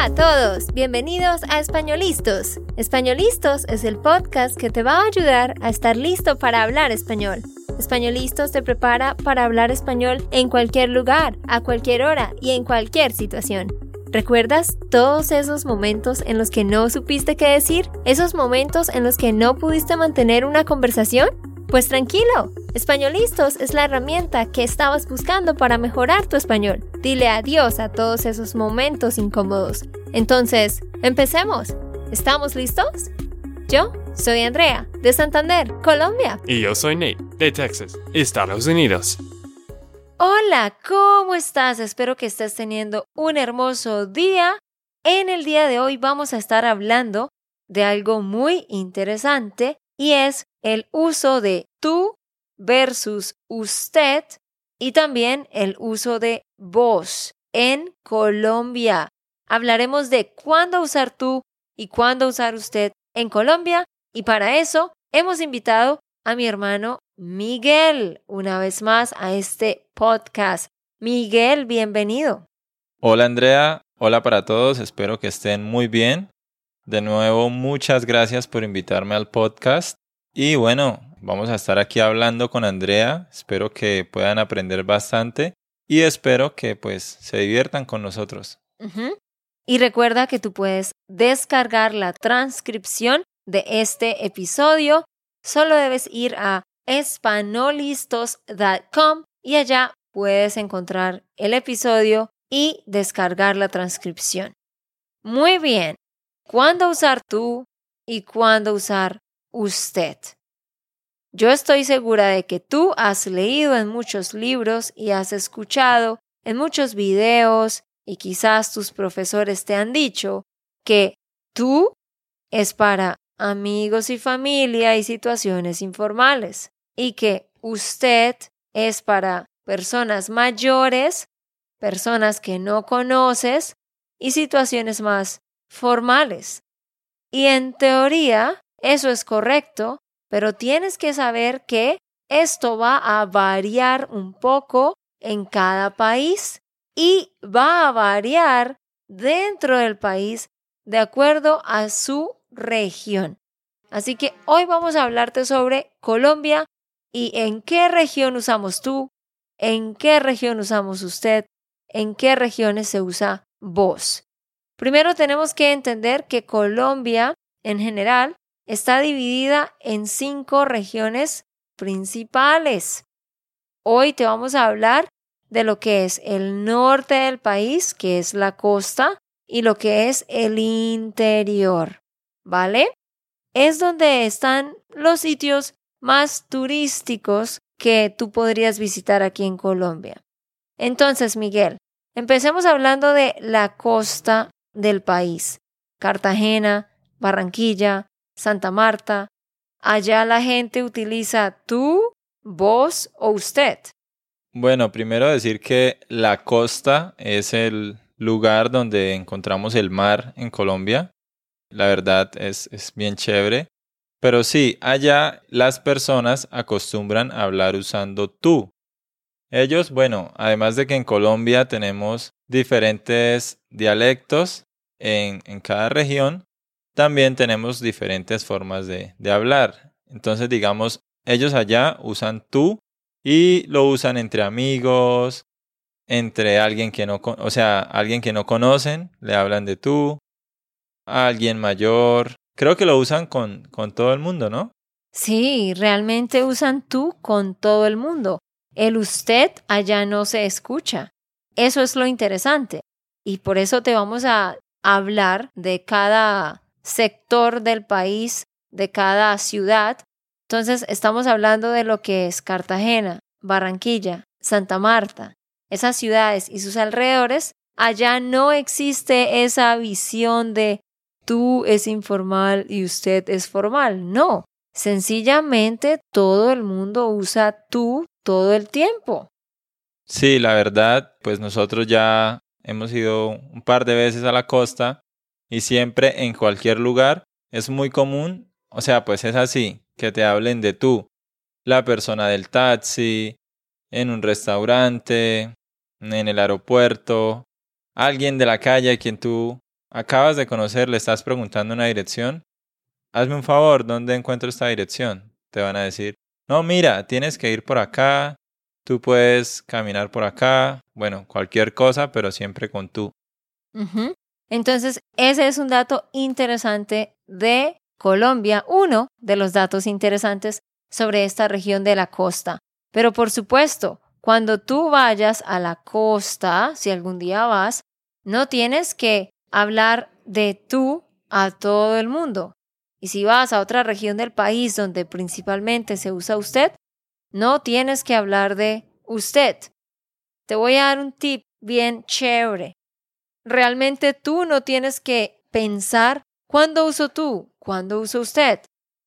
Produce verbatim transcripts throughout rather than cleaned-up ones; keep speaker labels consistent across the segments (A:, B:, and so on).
A: a todos, bienvenidos a Españolistos. Españolistos es el podcast que te va a ayudar a estar listo para hablar español. Españolistos te prepara para hablar español en cualquier lugar, a cualquier hora y en cualquier situación. ¿Recuerdas todos esos momentos en los que no supiste qué decir? ¿Esos momentos en los que no pudiste mantener una conversación? Pues tranquilo, Españolistos es la herramienta que estabas buscando para mejorar tu español. Dile adiós a todos esos momentos incómodos. Entonces, empecemos. ¿Estamos listos? Yo soy Andrea, de Santander, Colombia.
B: Y yo soy Nate, de Texas, Estados Unidos.
A: Hola, ¿cómo estás? Espero que estés teniendo un hermoso día. En el día de hoy vamos a estar hablando de algo muy interesante y es el uso de tú versus usted y también el uso de vos en Colombia. Hablaremos de cuándo usar tú y cuándo usar usted en Colombia y para eso hemos invitado a mi hermano Miguel una vez más a este podcast. Miguel, bienvenido.
C: Hola Andrea, hola para todos, espero que estén muy bien. De nuevo, muchas gracias por invitarme al podcast. Y bueno, vamos a estar aquí hablando con Andrea. Espero que puedan aprender bastante y espero que pues se diviertan con nosotros.
A: Uh-huh. Y recuerda que tú puedes descargar la transcripción de este episodio. Solo debes ir a españolistos punto com y allá puedes encontrar el episodio y descargar la transcripción. Muy bien. ¿Cuándo usar tú y cuándo usar usted? Yo estoy segura de que tú has leído en muchos libros y has escuchado en muchos videos y quizás tus profesores te han dicho que tú es para amigos y familia y situaciones informales y que usted es para personas mayores, personas que no conoces y situaciones más formales. Y en teoría eso es correcto, pero tienes que saber que esto va a variar un poco en cada país y va a variar dentro del país de acuerdo a su región. Así que hoy vamos a hablarte sobre Colombia y en qué región usamos tú, en qué región usamos usted, en qué regiones se usa vos. Primero tenemos que entender que Colombia, en general, está dividida en cinco regiones principales. Hoy te vamos a hablar de lo que es el norte del país, que es la costa, y lo que es el interior, ¿vale? Es donde están los sitios más turísticos que tú podrías visitar aquí en Colombia. Entonces, Miguel, empecemos hablando de la costa del país. Cartagena, Barranquilla, Santa Marta. Allá la gente utiliza tú, vos o usted.
C: Bueno, primero decir que la costa es el lugar donde encontramos el mar en Colombia. La verdad es, es bien chévere. Pero sí, allá las personas acostumbran a hablar usando tú. Ellos, bueno, además de que en Colombia tenemos diferentes dialectos en, en cada región, también tenemos diferentes formas de, de hablar. Entonces, digamos, ellos allá usan tú y lo usan entre amigos, entre alguien que no, o sea, alguien que no conocen, le hablan de tú, a alguien mayor. Creo que lo usan con, con todo el mundo, ¿no?
A: Sí, realmente usan tú con todo el mundo. El usted allá no se escucha. Eso es lo interesante. Y por eso te vamos a hablar de cada sector del país, de cada ciudad. Entonces, estamos hablando de lo que es Cartagena, Barranquilla, Santa Marta. Esas ciudades y sus alrededores, allá no existe esa visión de tú es informal y usted es formal. No, sencillamente todo el mundo usa tú todo el tiempo.
C: Sí, la verdad, pues nosotros ya hemos ido un par de veces a la costa y siempre en cualquier lugar es muy común, o sea, pues es así, que te hablen de tú. La persona del taxi, en un restaurante, en el aeropuerto, alguien de la calle a quien tú acabas de conocer, le estás preguntando una dirección, hazme un favor, ¿dónde encuentro esta dirección? Te van a decir, no, mira, tienes que ir por acá, tú puedes caminar por acá, bueno, cualquier cosa, pero siempre con tú.
A: Uh-huh. Entonces, ese es un dato interesante de Colombia, uno de los datos interesantes sobre esta región de la costa. Pero por supuesto, cuando tú vayas a la costa, si algún día vas, no tienes que hablar de tú a todo el mundo. Y si vas a otra región del país donde principalmente se usa usted, no tienes que hablar de usted. Te voy a dar un tip bien chévere. Realmente tú no tienes que pensar ¿cuándo uso tú? ¿Cuándo uso usted?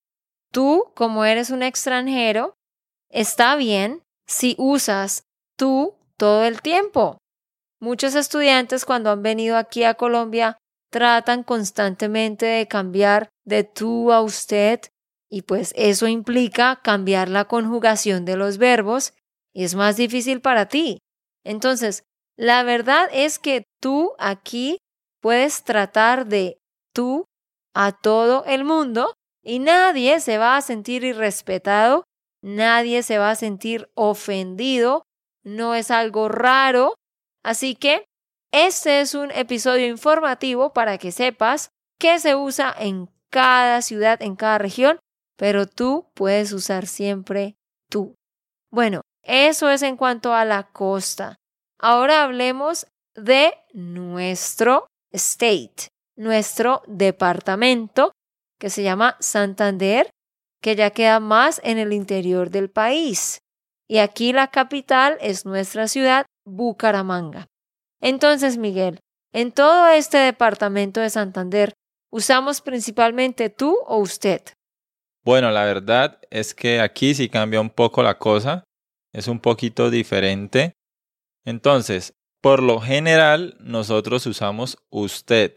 A: Tú, como eres un extranjero, está bien si usas tú todo el tiempo. Muchos estudiantes cuando han venido aquí a Colombia tratan constantemente de cambiar de tú a usted y pues eso implica cambiar la conjugación de los verbos y es más difícil para ti. Entonces, la verdad es que tú aquí puedes tratar de tú a todo el mundo y nadie se va a sentir irrespetado, nadie se va a sentir ofendido, no es algo raro. Así que este es un episodio informativo para que sepas qué se usa en cada ciudad, en cada región, pero tú puedes usar siempre tú. Bueno, eso es en cuanto a la costa. Ahora hablemos de nuestro state, nuestro departamento, que se llama Santander, que ya queda más en el interior del país. Y aquí la capital es nuestra ciudad, Bucaramanga. Entonces, Miguel, en todo este departamento de Santander, ¿usamos principalmente tú o usted?
C: Bueno, la verdad es que aquí sí cambia un poco la cosa, es un poquito diferente. Entonces, por lo general, nosotros usamos usted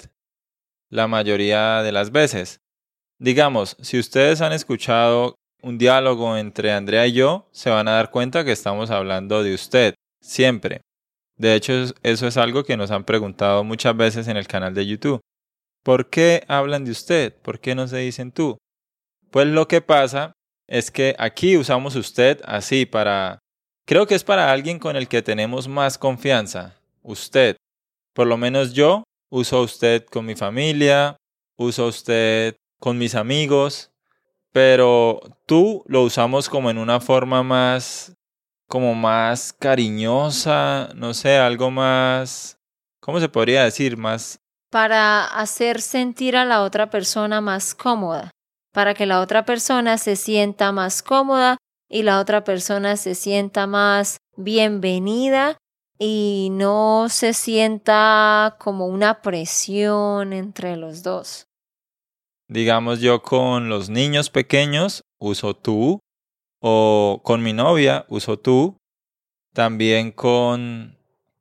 C: la mayoría de las veces. Digamos, si ustedes han escuchado un diálogo entre Andrea y yo, se van a dar cuenta que estamos hablando de usted, siempre. De hecho, eso es algo que nos han preguntado muchas veces en el canal de YouTube. ¿Por qué hablan de usted? ¿Por qué no se dicen tú? Pues lo que pasa es que aquí usamos usted así para... Creo que es para alguien con el que tenemos más confianza. Usted. Por lo menos yo uso usted con mi familia, uso usted con mis amigos, pero tú lo usamos como en una forma más... como más cariñosa, no sé, algo más... ¿Cómo se podría decir? Más...
A: Para hacer sentir a la otra persona más cómoda, para que la otra persona se sienta más cómoda y la otra persona se sienta más bienvenida y no se sienta como una presión entre los dos.
C: Digamos, yo con los niños pequeños uso tú, o con mi novia uso tú, también con,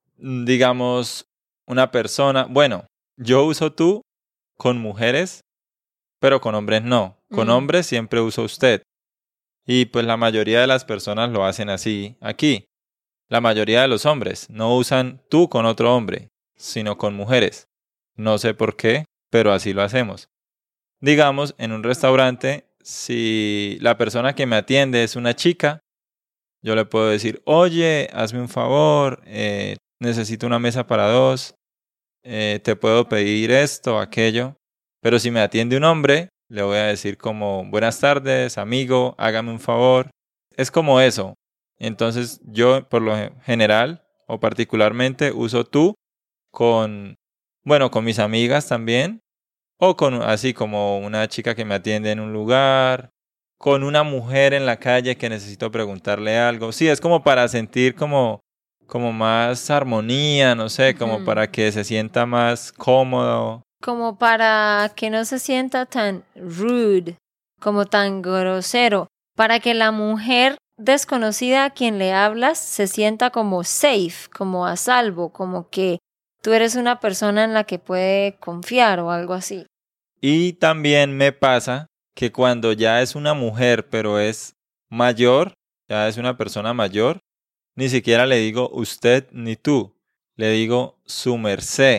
C: digamos, una persona, bueno, yo uso tú con mujeres, pero con hombres no. Con
A: Mm.
C: hombres siempre uso usted. Y pues la mayoría de las personas lo hacen así aquí. La mayoría de los hombres no usan tú con otro hombre, sino con mujeres. No sé por qué, pero así lo hacemos. Digamos, en un restaurante, si la persona que me atiende es una chica, yo le puedo decir, oye, hazme un favor, eh, necesito una mesa para dos, eh, te puedo pedir esto o aquello. Pero si me atiende un hombre, le voy a decir como, buenas tardes, amigo, hágame un favor. Es como eso. Entonces yo, por lo general o particularmente, uso tú con, bueno, con mis amigas también. O con así como una chica que me atiende en un lugar, con una mujer en la calle que necesito preguntarle algo. Sí, es como para sentir como, como más armonía, no sé, como
A: Ujú.
C: para que se sienta más cómodo.
A: Como para que no se sienta tan rude, como tan grosero, para que la mujer desconocida a quien le hablas se sienta como safe, como a salvo, como que tú eres una persona en la que puede confiar o algo así.
C: Y también me pasa que cuando ya es una mujer, pero es mayor, ya es una persona mayor, ni siquiera le digo usted ni tú, le digo su merced.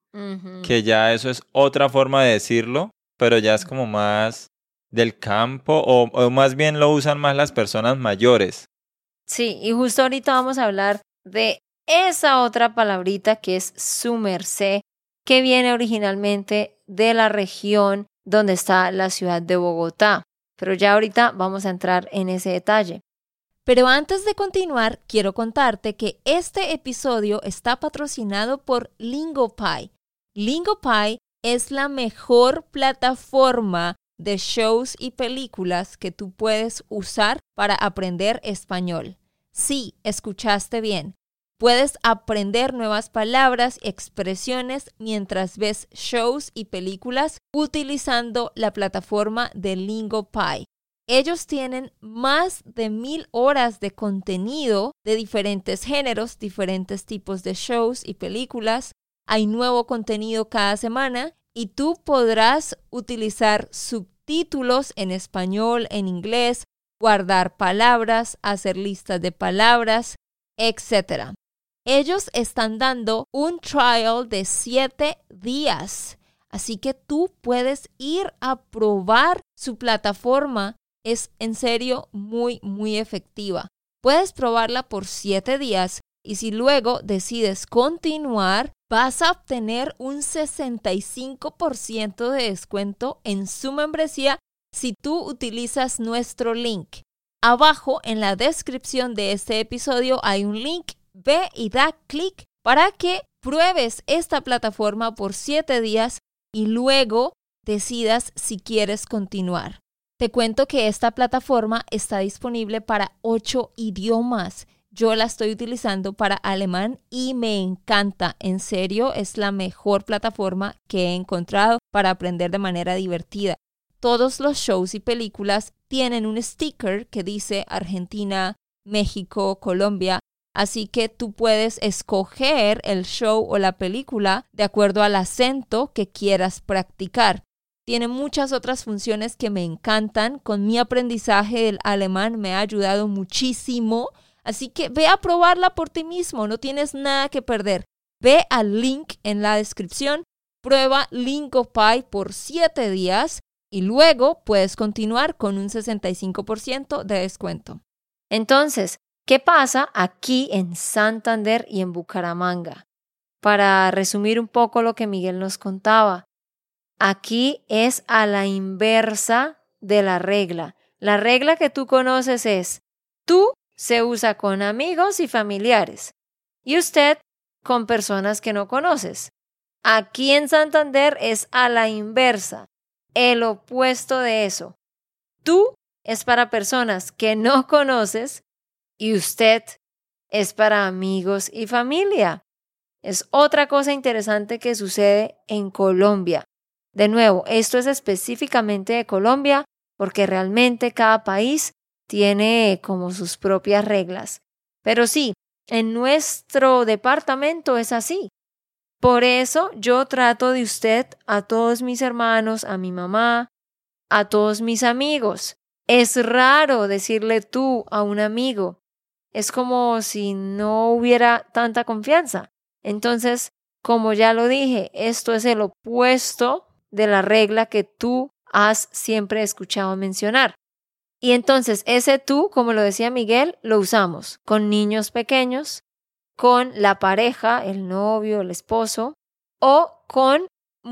A: Ujú.
C: que ya eso es otra forma de decirlo, pero ya es como más del campo o, o más bien lo usan más las personas mayores.
A: Sí, y justo ahorita vamos a hablar de esa otra palabrita que es su merced, que viene originalmente de la región donde está la ciudad de Bogotá. Pero ya ahorita vamos a entrar en ese detalle. Pero antes de continuar, quiero contarte que este episodio está patrocinado por LingoPie. LingoPie es la mejor plataforma de shows y películas que tú puedes usar para aprender español. Sí, escuchaste bien. Puedes aprender nuevas palabras y expresiones mientras ves shows y películas utilizando la plataforma de LingoPie. Ellos tienen más de mil horas de contenido de diferentes géneros, diferentes tipos de shows y películas. Hay nuevo contenido cada semana y tú podrás utilizar subtítulos en español, en inglés, guardar palabras, hacer listas de palabras, etcétera. Ellos están dando un trial de siete días, así que tú puedes ir a probar su plataforma. Es en serio muy, muy efectiva. Puedes probarla por siete días y si luego decides continuar, vas a obtener un sesenta y cinco por ciento de descuento en su membresía si tú utilizas nuestro link. Abajo en la descripción de este episodio hay un link. Ve y da clic para que pruebes esta plataforma por siete días y luego decidas si quieres continuar. Te cuento que esta plataforma está disponible para ocho idiomas. Yo la estoy utilizando para alemán y me encanta. En serio, es la mejor plataforma que he encontrado para aprender de manera divertida. Todos los shows y películas tienen un sticker que dice Argentina, México, Colombia. Así que tú puedes escoger el show o la película de acuerdo al acento que quieras practicar. Tiene muchas otras funciones que me encantan. Con mi aprendizaje del alemán me ha ayudado muchísimo. Así que ve a probarla por ti mismo. No tienes nada que perder. Ve al link en la descripción. Prueba LingoPie por siete días y luego puedes continuar con un sesenta y cinco por ciento de descuento. Entonces, ¿qué pasa aquí en Santander y en Bucaramanga? Para resumir un poco lo que Miguel nos contaba. Aquí es a la inversa de la regla. La regla que tú conoces es, tú se usa con amigos y familiares y usted con personas que no conoces. Aquí en Santander es a la inversa, el opuesto de eso. Tú es para personas que no conoces y usted es para amigos y familia. Es otra cosa interesante que sucede en Colombia. De nuevo, esto es específicamente de Colombia porque realmente cada país tiene como sus propias reglas. Pero sí, en nuestro departamento es así. Por eso yo trato de usted a todos mis hermanos, a mi mamá, a todos mis amigos. Es raro decirle tú a un amigo. Es como si no hubiera tanta confianza. Entonces, como ya lo dije, esto es el opuesto de la regla que tú has siempre escuchado mencionar. Y entonces ese tú, como lo decía Miguel, lo usamos con niños pequeños, con la pareja, el novio, el esposo, o con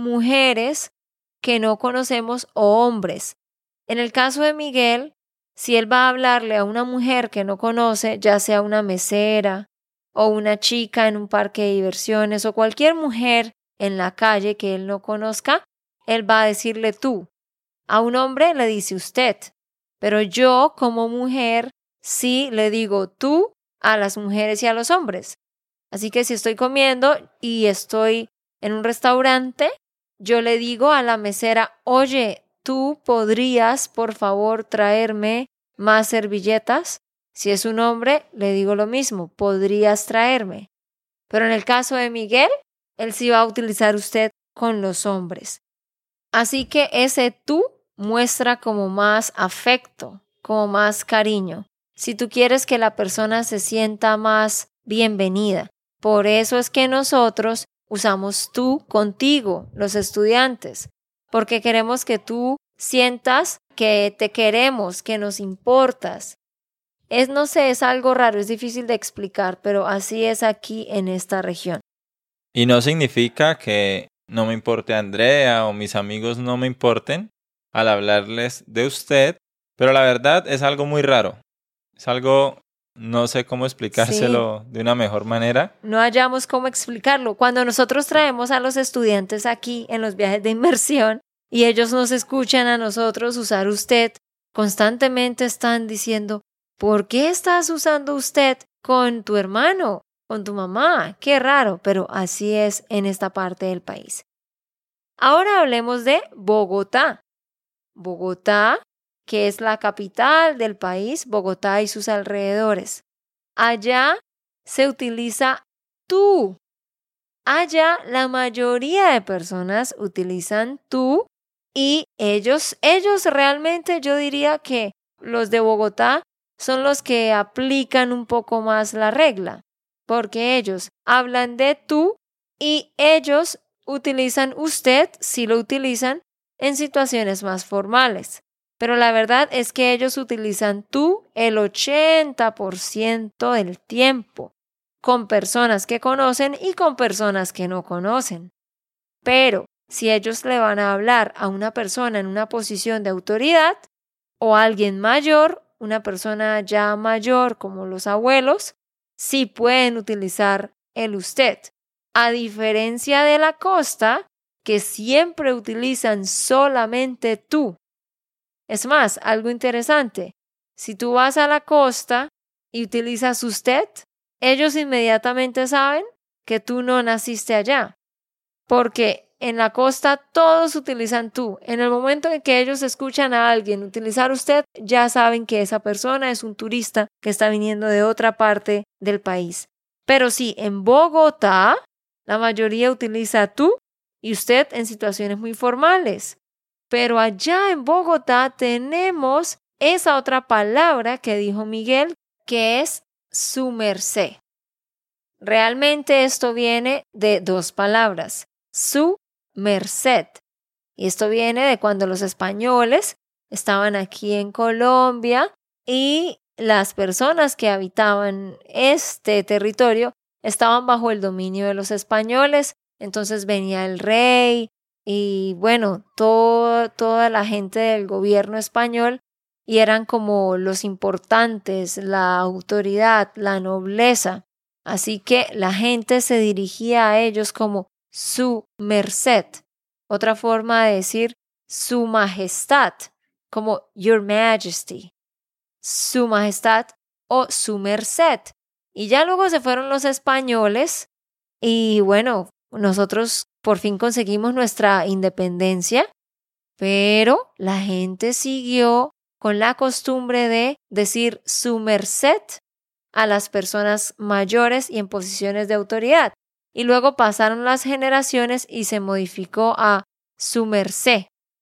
A: mujeres que no conocemos o hombres. En el caso de Miguel, si él va a hablarle a una mujer que no conoce, ya sea una mesera o una chica en un parque de diversiones o cualquier mujer en la calle que él no conozca, él va a decirle tú. A un hombre le dice usted, pero yo como mujer sí le digo tú a las mujeres y a los hombres. Así que si estoy comiendo y estoy en un restaurante, yo le digo a la mesera, oye, ¿tú podrías por favor traerme más servilletas? Si es un hombre, le digo lo mismo, podrías traerme. Pero en el caso de Miguel, él sí va a utilizar usted con los hombres. Así que ese tú muestra como más afecto, como más cariño. Si tú quieres que la persona se sienta más bienvenida. Por eso es que nosotros usamos tú contigo, los estudiantes, porque queremos que tú sientas que te queremos, que nos importas. Es, no sé, es algo raro, es difícil de explicar, pero así es aquí en esta región.
C: Y no significa que no me importe Andrea o mis amigos no me importen al hablarles de usted, pero la verdad es algo muy raro. Es algo, no sé cómo explicárselo sí. de una mejor manera.
A: No hallamos cómo explicarlo. Cuando nosotros traemos a los estudiantes aquí en los viajes de inmersión y ellos nos escuchan a nosotros usar usted, constantemente están diciendo, ¿por qué estás usando usted con tu hermano, con tu mamá? Qué raro, pero así es en esta parte del país. Ahora hablemos de Bogotá. Bogotá, que es la capital del país, Bogotá y sus alrededores. Allá se utiliza tú. Allá la mayoría de personas utilizan tú y ellos, ellos realmente yo diría que los de Bogotá son los que aplican un poco más la regla, porque ellos hablan de tú y ellos utilizan usted, si lo utilizan, en situaciones más formales. Pero la verdad es que ellos utilizan tú el ochenta por ciento del tiempo, con personas que conocen y con personas que no conocen. Pero si ellos le van a hablar a una persona en una posición de autoridad o a alguien mayor, una persona ya mayor como los abuelos, sí pueden utilizar el usted. A diferencia de la costa, que siempre utilizan solamente tú. Es más, algo interesante, si tú vas a la costa y utilizas usted, ellos inmediatamente saben que tú no naciste allá, porque en la costa todos utilizan tú. En el momento en que ellos escuchan a alguien utilizar usted, ya saben que esa persona es un turista que está viniendo de otra parte del país. Pero sí, en Bogotá, la mayoría utiliza tú y usted en situaciones muy formales. Pero allá en Bogotá tenemos esa otra palabra que dijo Miguel, que es su merced. Realmente esto viene de dos palabras, su merced. Y esto viene de cuando los españoles estaban aquí en Colombia y las personas que habitaban este territorio estaban bajo el dominio de los españoles. Entonces venía el rey y bueno, todo, toda la gente del gobierno español y eran como los importantes, la autoridad, la nobleza. Así que la gente se dirigía a ellos como su merced. Otra forma de decir su majestad, como your majesty, su majestad o su merced. Y ya luego se fueron los españoles y bueno, nosotros por fin conseguimos nuestra independencia, pero la gente siguió con la costumbre de decir su merced a las personas mayores y en posiciones de autoridad. Y luego pasaron las generaciones y se modificó a su merced.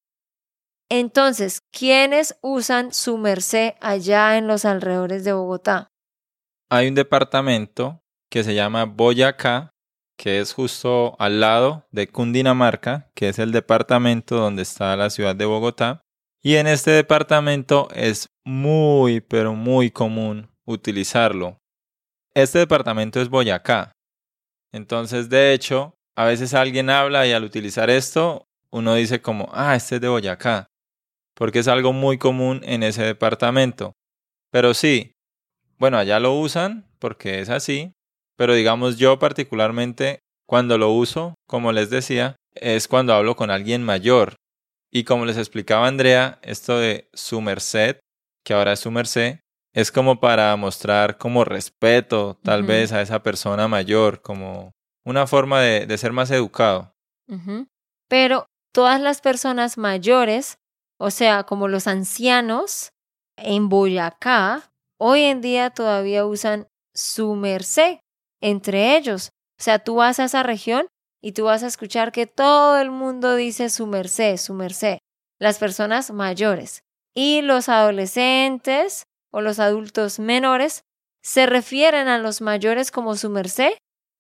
A: Entonces, ¿quiénes usan su merced allá en los alrededores de Bogotá?
C: Hay un departamento que se llama Boyacá, que es justo al lado de Cundinamarca, que es el departamento donde está la ciudad de Bogotá. Y en este departamento es muy, pero muy común utilizarlo. Este departamento es Boyacá. Entonces, de hecho, a veces alguien habla y al utilizar esto, uno dice como, ah, este es de Boyacá, porque es algo muy común en ese departamento. Pero sí, bueno, allá lo usan porque es así, pero digamos yo particularmente cuando lo uso, como les decía, es cuando hablo con alguien mayor. Y como les explicaba Andrea, esto de su merced, que ahora es su merced, es como para mostrar como respeto tal uh-huh. vez a esa persona mayor, como una forma de, de ser más educado.
A: Uh-huh. Pero todas las personas mayores, o sea, como los ancianos en Boyacá, hoy en día todavía usan su merced entre ellos. O sea, tú vas a esa región y tú vas a escuchar que todo el mundo dice su merced, su merced. Las personas mayores. Y los adolescentes o los adultos menores se refieren a los mayores como su merced,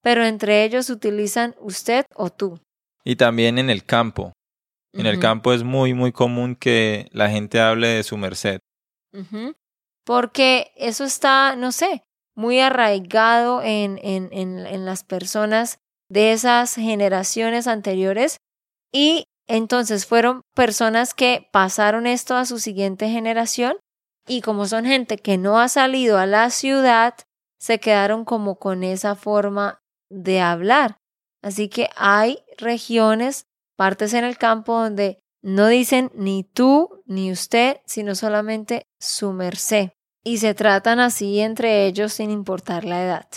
A: pero entre ellos utilizan usted o tú.
C: Y también en el campo. En
A: Ujú.
C: el campo es muy, muy común que la gente hable de su merced.
A: Ujú. Porque eso está, no sé, muy arraigado en, en, en, en las personas de esas generaciones anteriores y entonces fueron personas que pasaron esto a su siguiente generación y como son gente que no ha salido a la ciudad, se quedaron como con esa forma de hablar. Así que hay regiones, partes en el campo donde no dicen ni tú ni usted, sino solamente su merced. Y se tratan así entre ellos sin importar la edad.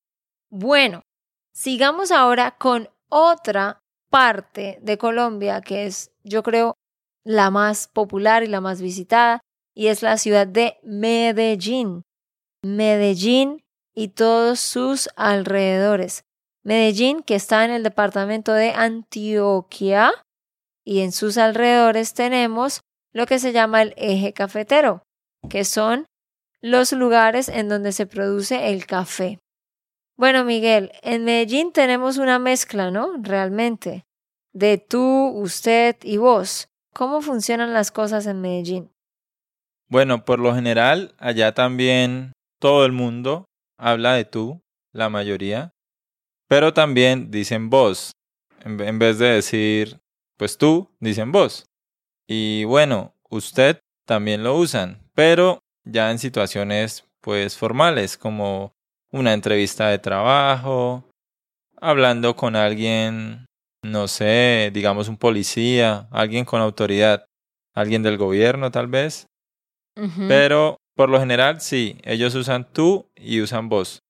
A: Bueno, sigamos ahora con otra parte de Colombia que es, yo creo, la más popular y la más visitada, y es la ciudad de Medellín. Medellín y todos sus alrededores. Medellín, que está en el departamento de Antioquia, y en sus alrededores tenemos lo que se llama el eje cafetero, que son los lugares en donde se produce el café. Bueno, Miguel, en Medellín tenemos una mezcla, ¿no? Realmente, de tú, usted y vos. ¿Cómo funcionan las cosas en Medellín?
C: Bueno, por lo general, allá también todo el mundo habla de tú, la mayoría, pero también dicen vos. En, en vez de decir, pues tú, dicen vos. Y bueno, usted también lo usan, pero ya en situaciones pues formales, como una entrevista de trabajo, hablando con alguien, no sé, digamos un policía, alguien con autoridad, alguien del gobierno tal vez.
A: Ujú.
C: Pero por lo general sí, ellos usan tú y usan vos.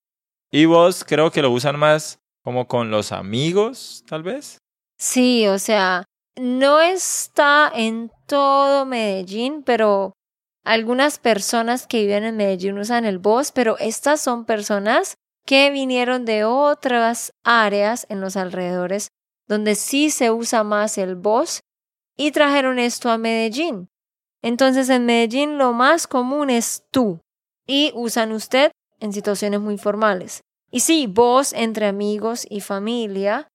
C: Y vos creo que lo usan más como con los amigos, tal vez.
A: Sí, o sea, no está en todo Medellín, pero algunas personas que viven en Medellín usan el vos, pero estas son personas que vinieron de otras áreas en los alrededores donde sí se usa más el vos y trajeron esto a Medellín. Entonces en Medellín lo más común es tú y usan usted en situaciones muy formales. Y sí, vos entre amigos y familia.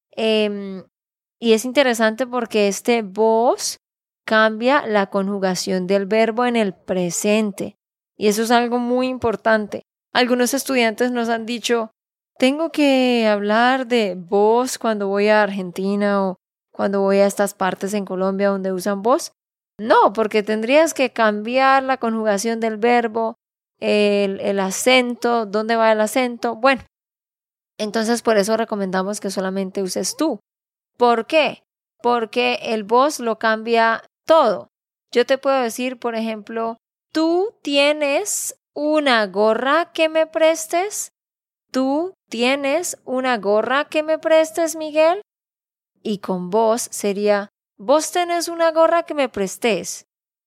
A: em, y es interesante porque este vos cambia la conjugación del verbo en el presente. Y eso es algo muy importante. Algunos estudiantes nos han dicho, tengo que hablar de vos cuando voy a Argentina o cuando voy a estas partes en Colombia donde usan vos. No, porque tendrías que cambiar la conjugación del verbo, el, el acento, dónde va el acento. Bueno, entonces por eso recomendamos que solamente uses tú. ¿Por qué? Porque el vos lo cambia todo. Yo te puedo decir, por ejemplo, ¿tú tienes una gorra que me prestes? ¿Tú tienes una gorra que me prestes, Miguel? Y con vos sería, vos tenés una gorra que me prestes.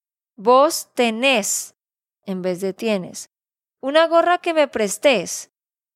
A: Vos tenés, en vez de tienes. Una gorra que me prestes.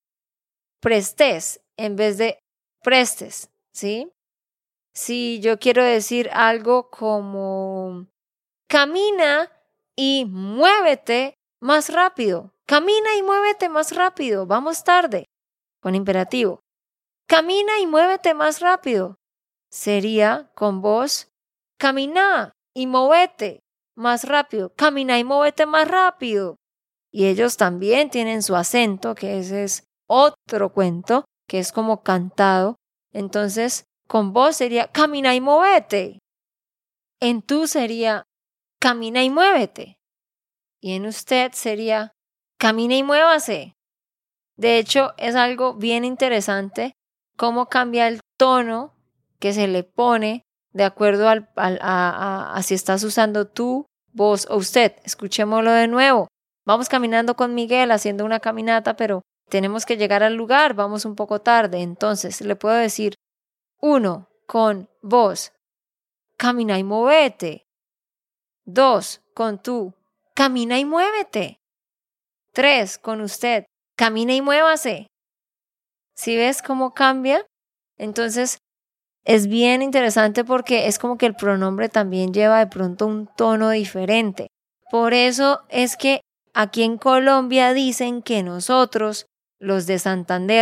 A: Prestes, en vez de prestes, ¿sí? Si yo quiero decir algo como camina y muévete más rápido. Camina y muévete más rápido. Vamos tarde. Con imperativo. Camina y muévete más rápido. Sería con voz camina y móvete más rápido. Camina y móvete más rápido. Y ellos también tienen su acento, que ese es otro cuento, que es como cantado. Entonces, con vos sería camina y móvete. En tú sería camina y muévete. Y en usted sería camina y muévase. De hecho, es algo bien interesante cómo cambia el tono que se le pone de acuerdo al, al, a, a, a si estás usando tú, vos o usted. Escuchémoslo de nuevo. Vamos caminando con Miguel haciendo una caminata, pero tenemos que llegar al lugar, vamos un poco tarde. Entonces, le puedo decir, uno, con vos, camina y muévete. Dos, con tú, camina y muévete. Tres, con usted, camina y muévase. ¿Sí ves cómo cambia? Entonces, es bien interesante porque es como que el pronombre también lleva de pronto un tono diferente. Por eso es que aquí en Colombia dicen que nosotros, los de Santander,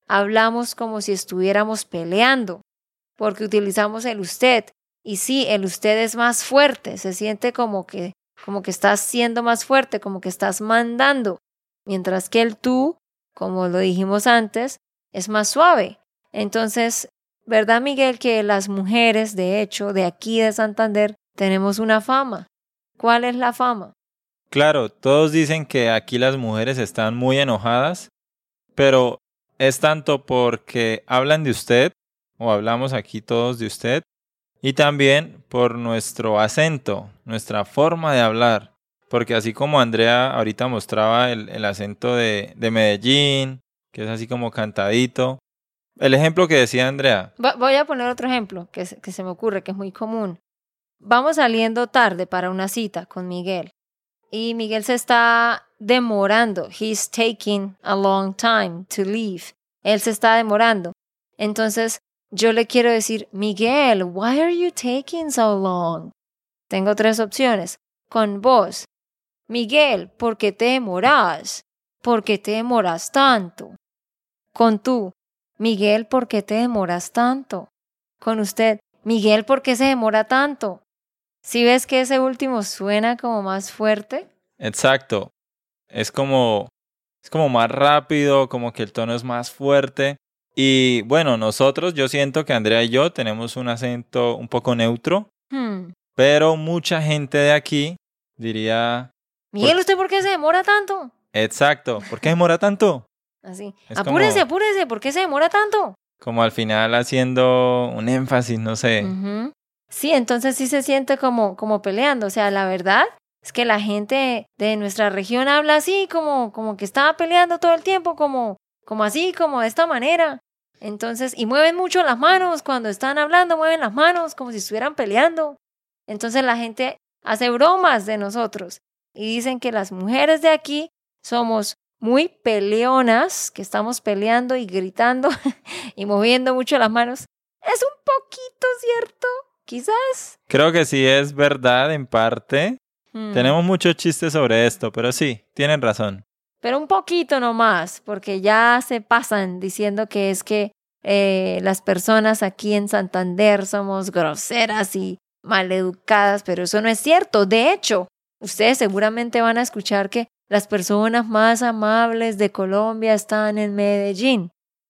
A: hablamos como si estuviéramos peleando, porque utilizamos el usted. Y sí, el usted es más fuerte, se siente como que, como que estás siendo más fuerte, como que estás mandando, mientras que el tú, como lo dijimos antes, es más suave. Entonces, ¿verdad, Miguel, que las mujeres, de hecho, de aquí de Santander, tenemos una fama? ¿Cuál es la fama?
C: Claro, todos dicen que aquí las mujeres están muy enojadas, pero es tanto porque hablan de usted, o hablamos aquí todos de usted, y también por nuestro acento, nuestra forma de hablar. Porque así como Andrea ahorita mostraba el, el acento de, de Medellín, que es así como cantadito. El ejemplo que decía Andrea.
A: Voy a poner otro ejemplo que, que se me ocurre, que es muy común. Vamos saliendo tarde para una cita con Miguel. Y Miguel se está demorando. He's taking a long time to leave. Él se está demorando. Entonces, yo le quiero decir, Miguel, why are you taking so long? Tengo tres opciones. Con vos, Miguel, ¿por qué te demoras? ¿Por qué te demoras tanto? Con tú, Miguel, ¿por qué te demoras tanto? Con usted, Miguel, ¿por qué se demora tanto? ¿Sí ves que ese último suena como más fuerte?
C: Exacto. Es como, es como más rápido, como que el tono es más fuerte. Y bueno, nosotros, yo siento que Andrea y yo tenemos un acento un poco neutro,
A: Hmm.
C: pero mucha gente de aquí diría...
A: Miguel,
C: ¿por...
A: ¿usted por qué se demora tanto?
C: Exacto. ¿Por qué se demora tanto?
A: Así.
C: Es
A: Apúrese,
C: como,
A: apúrese, ¿por qué se demora tanto?
C: como al final haciendo un énfasis, no sé.
A: Uh-huh. Sí, entonces sí se siente como, como peleando. O sea, la verdad es que la gente de nuestra región habla así, como, como que estaba peleando todo el tiempo, como, como así, como de esta manera. Entonces, y mueven mucho las manos cuando están hablando, mueven las manos como si estuvieran peleando. Entonces la gente hace bromas de nosotros y dicen que las mujeres de aquí somos muy peleonas, que estamos peleando y gritando y moviendo mucho las manos. Es un poquito cierto, quizás.
C: Creo que sí es verdad en parte. Hmm. Tenemos muchos chistes sobre esto, pero sí, tienen razón.
A: Pero un poquito nomás, porque ya se pasan diciendo que es que eh, las personas aquí en Santander somos groseras y maleducadas, pero eso no es cierto. De hecho, ustedes seguramente van a escuchar que las personas más amables de Colombia están en Medellín.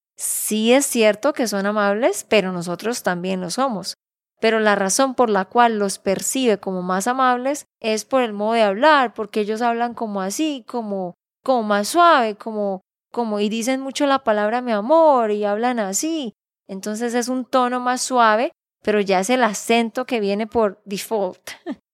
A: Sí es cierto que son amables, pero nosotros también lo somos. Pero la razón por la cual los percibe como más amables es por el modo de hablar, porque ellos hablan como así, como, como más suave, como, como y dicen mucho la palabra mi amor y hablan así. Entonces es un tono más suave, pero ya es el acento que viene por default.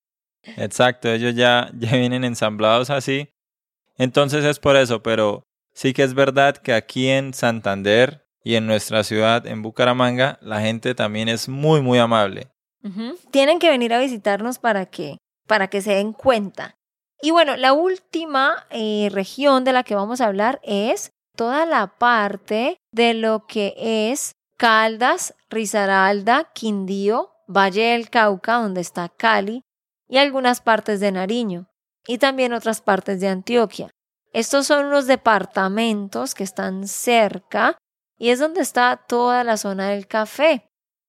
C: Exacto, ellos ya, ya vienen ensamblados así. Entonces es por eso, pero sí que es verdad que aquí en Santander y en nuestra ciudad, en Bucaramanga, la gente también es muy, muy amable.
A: Uh-huh. Tienen que venir a visitarnos para que, para que se den cuenta. Y bueno, la última eh, región de la que vamos a hablar es toda la parte de lo que es Caldas, Risaralda, Quindío, Valle del Cauca, donde está Cali, y algunas partes de Nariño, y también otras partes de Antioquia. Estos son los departamentos que están cerca y es donde está toda la zona del café.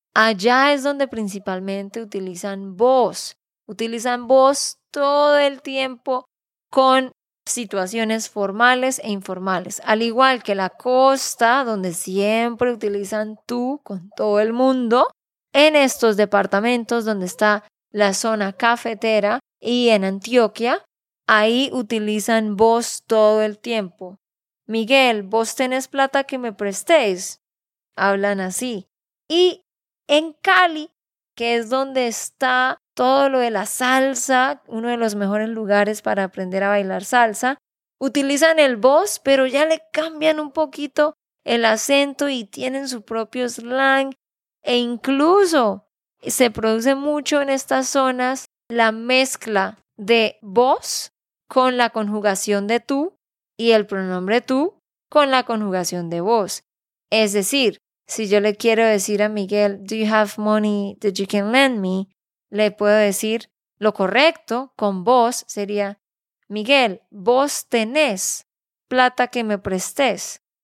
A: Allá es donde principalmente utilizan vos. Utilizan vos todo el tiempo con situaciones formales e informales. Al igual que la costa, donde siempre utilizan tú con todo el mundo, en estos departamentos donde está la zona cafetera y en Antioquia, ahí utilizan vos todo el tiempo. Miguel, ¿vos tenés plata que me prestéis? Hablan así. Y en Cali, que es donde está todo lo de la salsa, uno de los mejores lugares para aprender a bailar salsa, utilizan el vos, pero ya le cambian un poquito el acento y tienen su propio slang. E incluso se produce mucho en estas zonas la mezcla de vos con la conjugación de tú y el pronombre tú con la conjugación de vos. Es decir, si yo le quiero decir a Miguel, do you have money that you can lend me? Le puedo decir lo correcto con vos sería, Miguel, vos tenés plata que me prestés.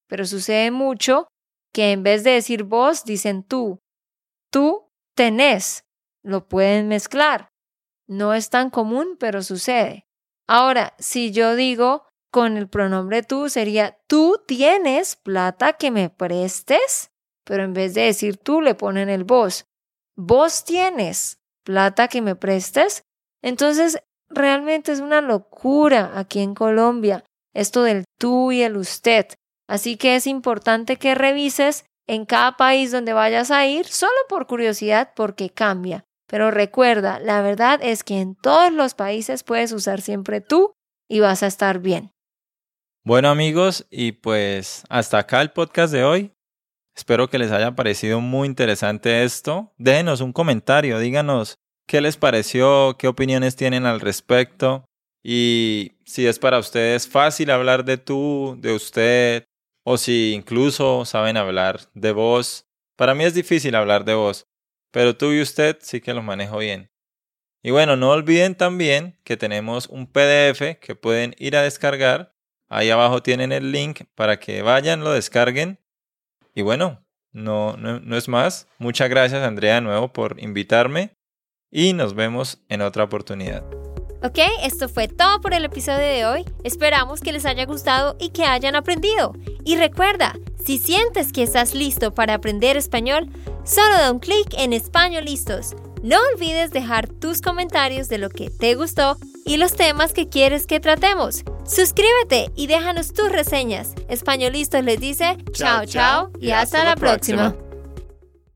A: pero sucede mucho que en vez de decir vos, dicen tú. Tú tenés. Lo pueden mezclar. No es tan común, pero sucede. Ahora, si yo digo con el pronombre tú, sería tú tienes plata que me prestes, pero en vez de decir tú, le ponen el vos. Vos tienes plata que me prestes. Entonces, realmente es una locura aquí en Colombia, esto del tú y el usted. Así que es importante que revises en cada país donde vayas a ir, solo por curiosidad, porque cambia. Pero recuerda, la verdad es que en todos los países puedes usar siempre tú y vas a estar bien.
C: Bueno, amigos, y pues hasta acá el podcast de hoy. Espero que les haya parecido muy interesante esto. Déjenos un comentario, díganos qué les pareció, qué opiniones tienen al respecto y si es para ustedes fácil hablar de tú, de usted, o si incluso saben hablar de vos. Para mí es difícil hablar de vos, pero tú y usted sí que lo manejo bien. Y bueno, no olviden también que tenemos un P D F que pueden ir a descargar. Ahí abajo tienen el link para que vayan, lo descarguen. Y bueno, no, no, no es más. Muchas gracias, Andrea, de nuevo por invitarme y nos vemos en otra oportunidad.
A: Ok, esto fue todo por el episodio de hoy. Esperamos que les haya gustado y que hayan aprendido. Y recuerda, si sientes que estás listo para aprender español, solo da un clic en Español Listos. No olvides dejar tus comentarios de lo que te gustó y los temas que quieres que tratemos. Suscríbete y déjanos tus reseñas. Español Listos les dice chao, chao y hasta, hasta la próxima. próxima.